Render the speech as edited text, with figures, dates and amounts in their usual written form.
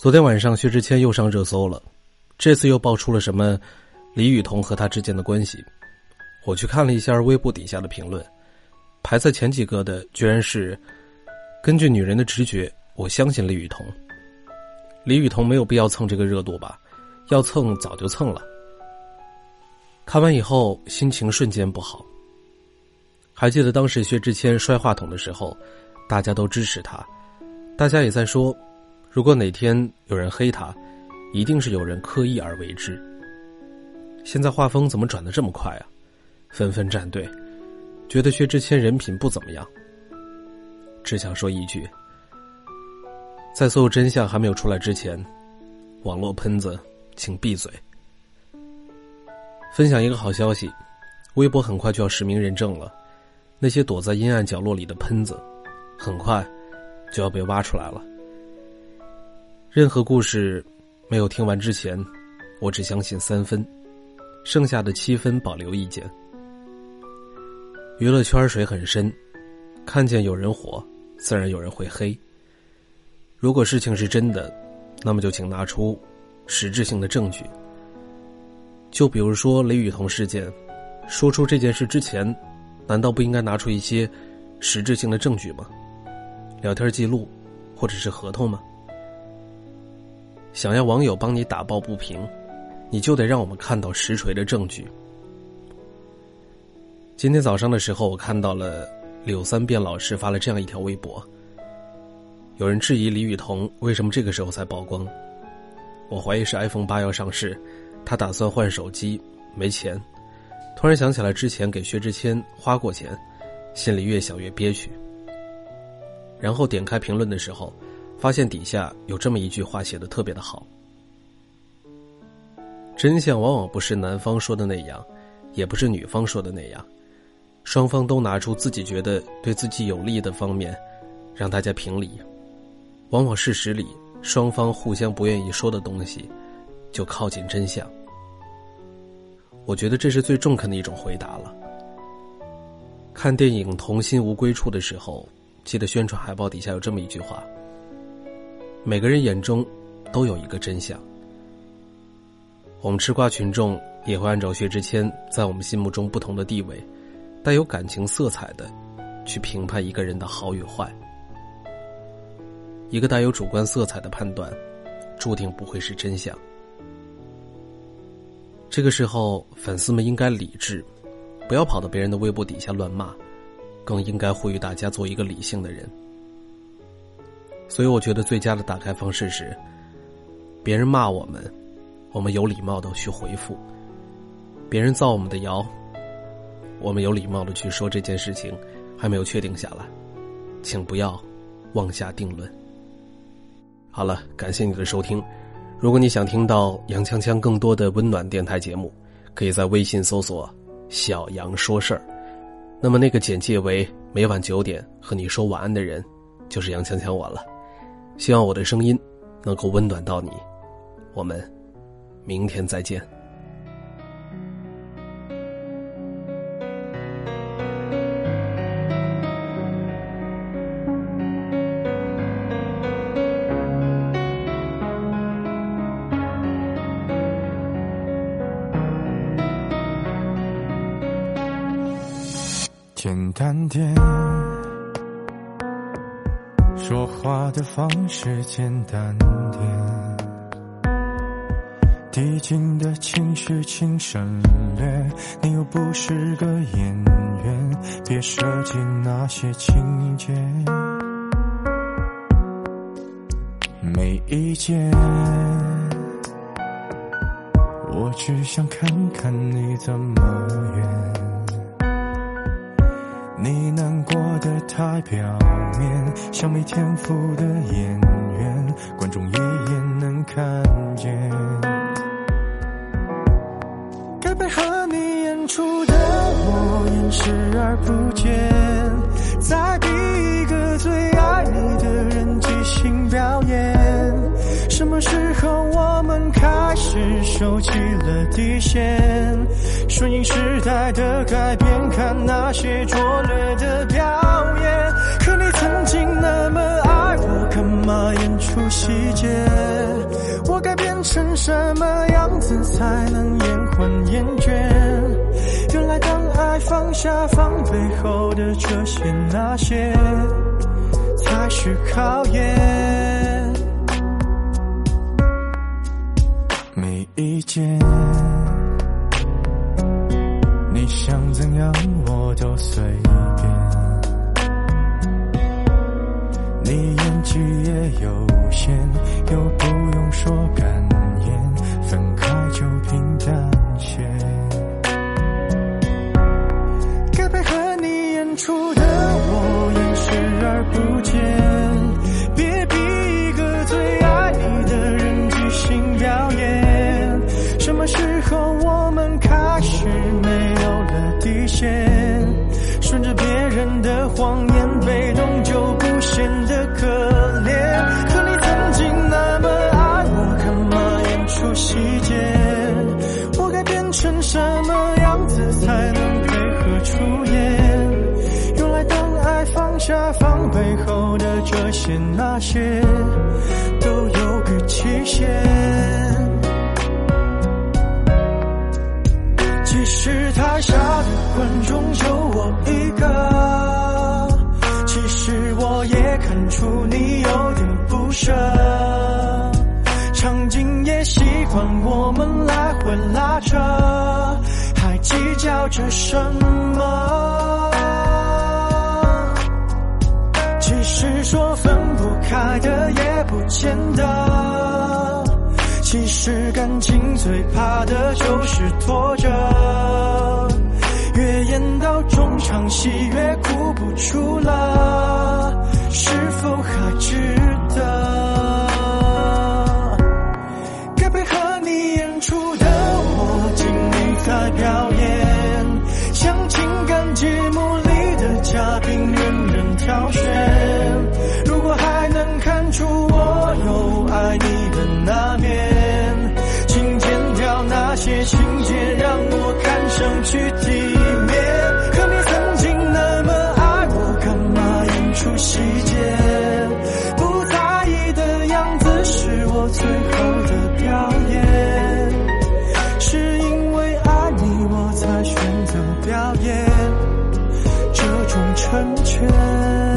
昨天晚上薛之谦又上热搜了，这次又爆出了什么李雨桐和他之间的关系。我去看了一下微博底下的评论，排在前几个的居然是根据女人的直觉，我相信李雨桐。李雨桐没有必要蹭这个热度吧，要蹭早就蹭了。看完以后心情瞬间不好。还记得当时薛之谦摔话筒的时候，大家都支持他，大家也在说，如果哪天有人黑他，一定是有人刻意而为之。现在画风怎么转得这么快啊？纷纷站队，觉得薛之谦人品不怎么样。只想说一句，在所有真相还没有出来之前，网络喷子请闭嘴。分享一个好消息，微博很快就要实名认证了，那些躲在阴暗角落里的喷子很快就要被挖出来了。任何故事没有听完之前，我只相信3分，剩下的7分保留意见。娱乐圈水很深，看见有人火，自然有人会黑。如果事情是真的，那么就请拿出实质性的证据。就比如说雷雨桐事件，说出这件事之前，难道不应该拿出一些实质性的证据吗？聊天记录，或者是合同吗？想要网友帮你打抱不平，你就得让我们看到实锤的证据。今天早上的时候，我看到了柳三变老师发了这样一条微博，有人质疑李雨桐为什么这个时候才曝光。我怀疑是 iPhone 8要上市，他打算换手机，没钱，突然想起来之前给薛之谦花过钱，心里越想越憋屈。然后点开评论的时候，发现底下有这么一句话写得特别的好：真相往往不是男方说的那样，也不是女方说的那样，双方都拿出自己觉得对自己有利的方面让大家评理，往往事实里双方互相不愿意说的东西就靠近真相。我觉得这是最中肯的一种回答了。看电影《童心无归处》的时候，记得宣传海报底下有这么一句话：每个人眼中都有一个真相。我们吃瓜群众也会按照薛之谦在我们心目中不同的地位，带有感情色彩的去评判一个人的好与坏。一个带有主观色彩的判断，注定不会是真相。这个时候，粉丝们应该理智，不要跑到别人的微博底下乱骂，更应该呼吁大家做一个理性的人。所以我觉得最佳的打开方式是，别人骂我们，我们有礼貌的去回复；别人造我们的谣，我们有礼貌的去说这件事情还没有确定下来，请不要妄下定论。好了，感谢你的收听。如果你想听到杨锵锵更多的温暖电台节目，可以在微信搜索小杨说事儿，那么那个简介为每晚9点和你说晚安的人就是杨锵锵我了。希望我的声音能够温暖到你，我们明天再见。 简单点，说话的方式简单点，递进的情绪请省略，你又不是个演员，别设计那些情节。没意见，我只想看看你怎么圆。你难过的太表面，像没天赋的演员，观众一眼能看见。该配合你演出的我演视而不见，再逼一个最爱你的人即兴表演。什么时候我们开始收起了底线，顺应时代的改变，看那些拙劣的表演。可你曾经那么爱我，干嘛演出细节？ 变成什么样子才能延缓厌倦？原来当爱放下防备后的这些那些才是考验。没意见，你想怎样我都随便，你演技也有限，又不用说感言，分开就平淡些。该配合你演出的我演视而不见，别逼一个最爱你的人即兴表演。什么时候我们开始没有了底线，顺着别人的谎言，被动就不显得可怜。可你曾经那么爱我，干嘛演出细节？我该变成什么样子才能配合出演？原来当爱放下防备后的这些那些都有个期限。即使台下的观众就我一个，其实我也看出你有点不舍，场景也习惯我们来回拉扯，还计较着什么？其实说分不开的也不见得，其实感情最怕的就是拖着，越演到中场戏越哭不出了，是否还值得？该配合你演出的我尽力在表演，像情感节目里的嘉宾任人挑选。如果还能看出我有爱你的那面，请剪掉那些情节，让我看上去体面。可你曾经那么爱我，干嘛演出细节？不在意的样子是我最后的表演，是因为爱你我才选择表演这种成全。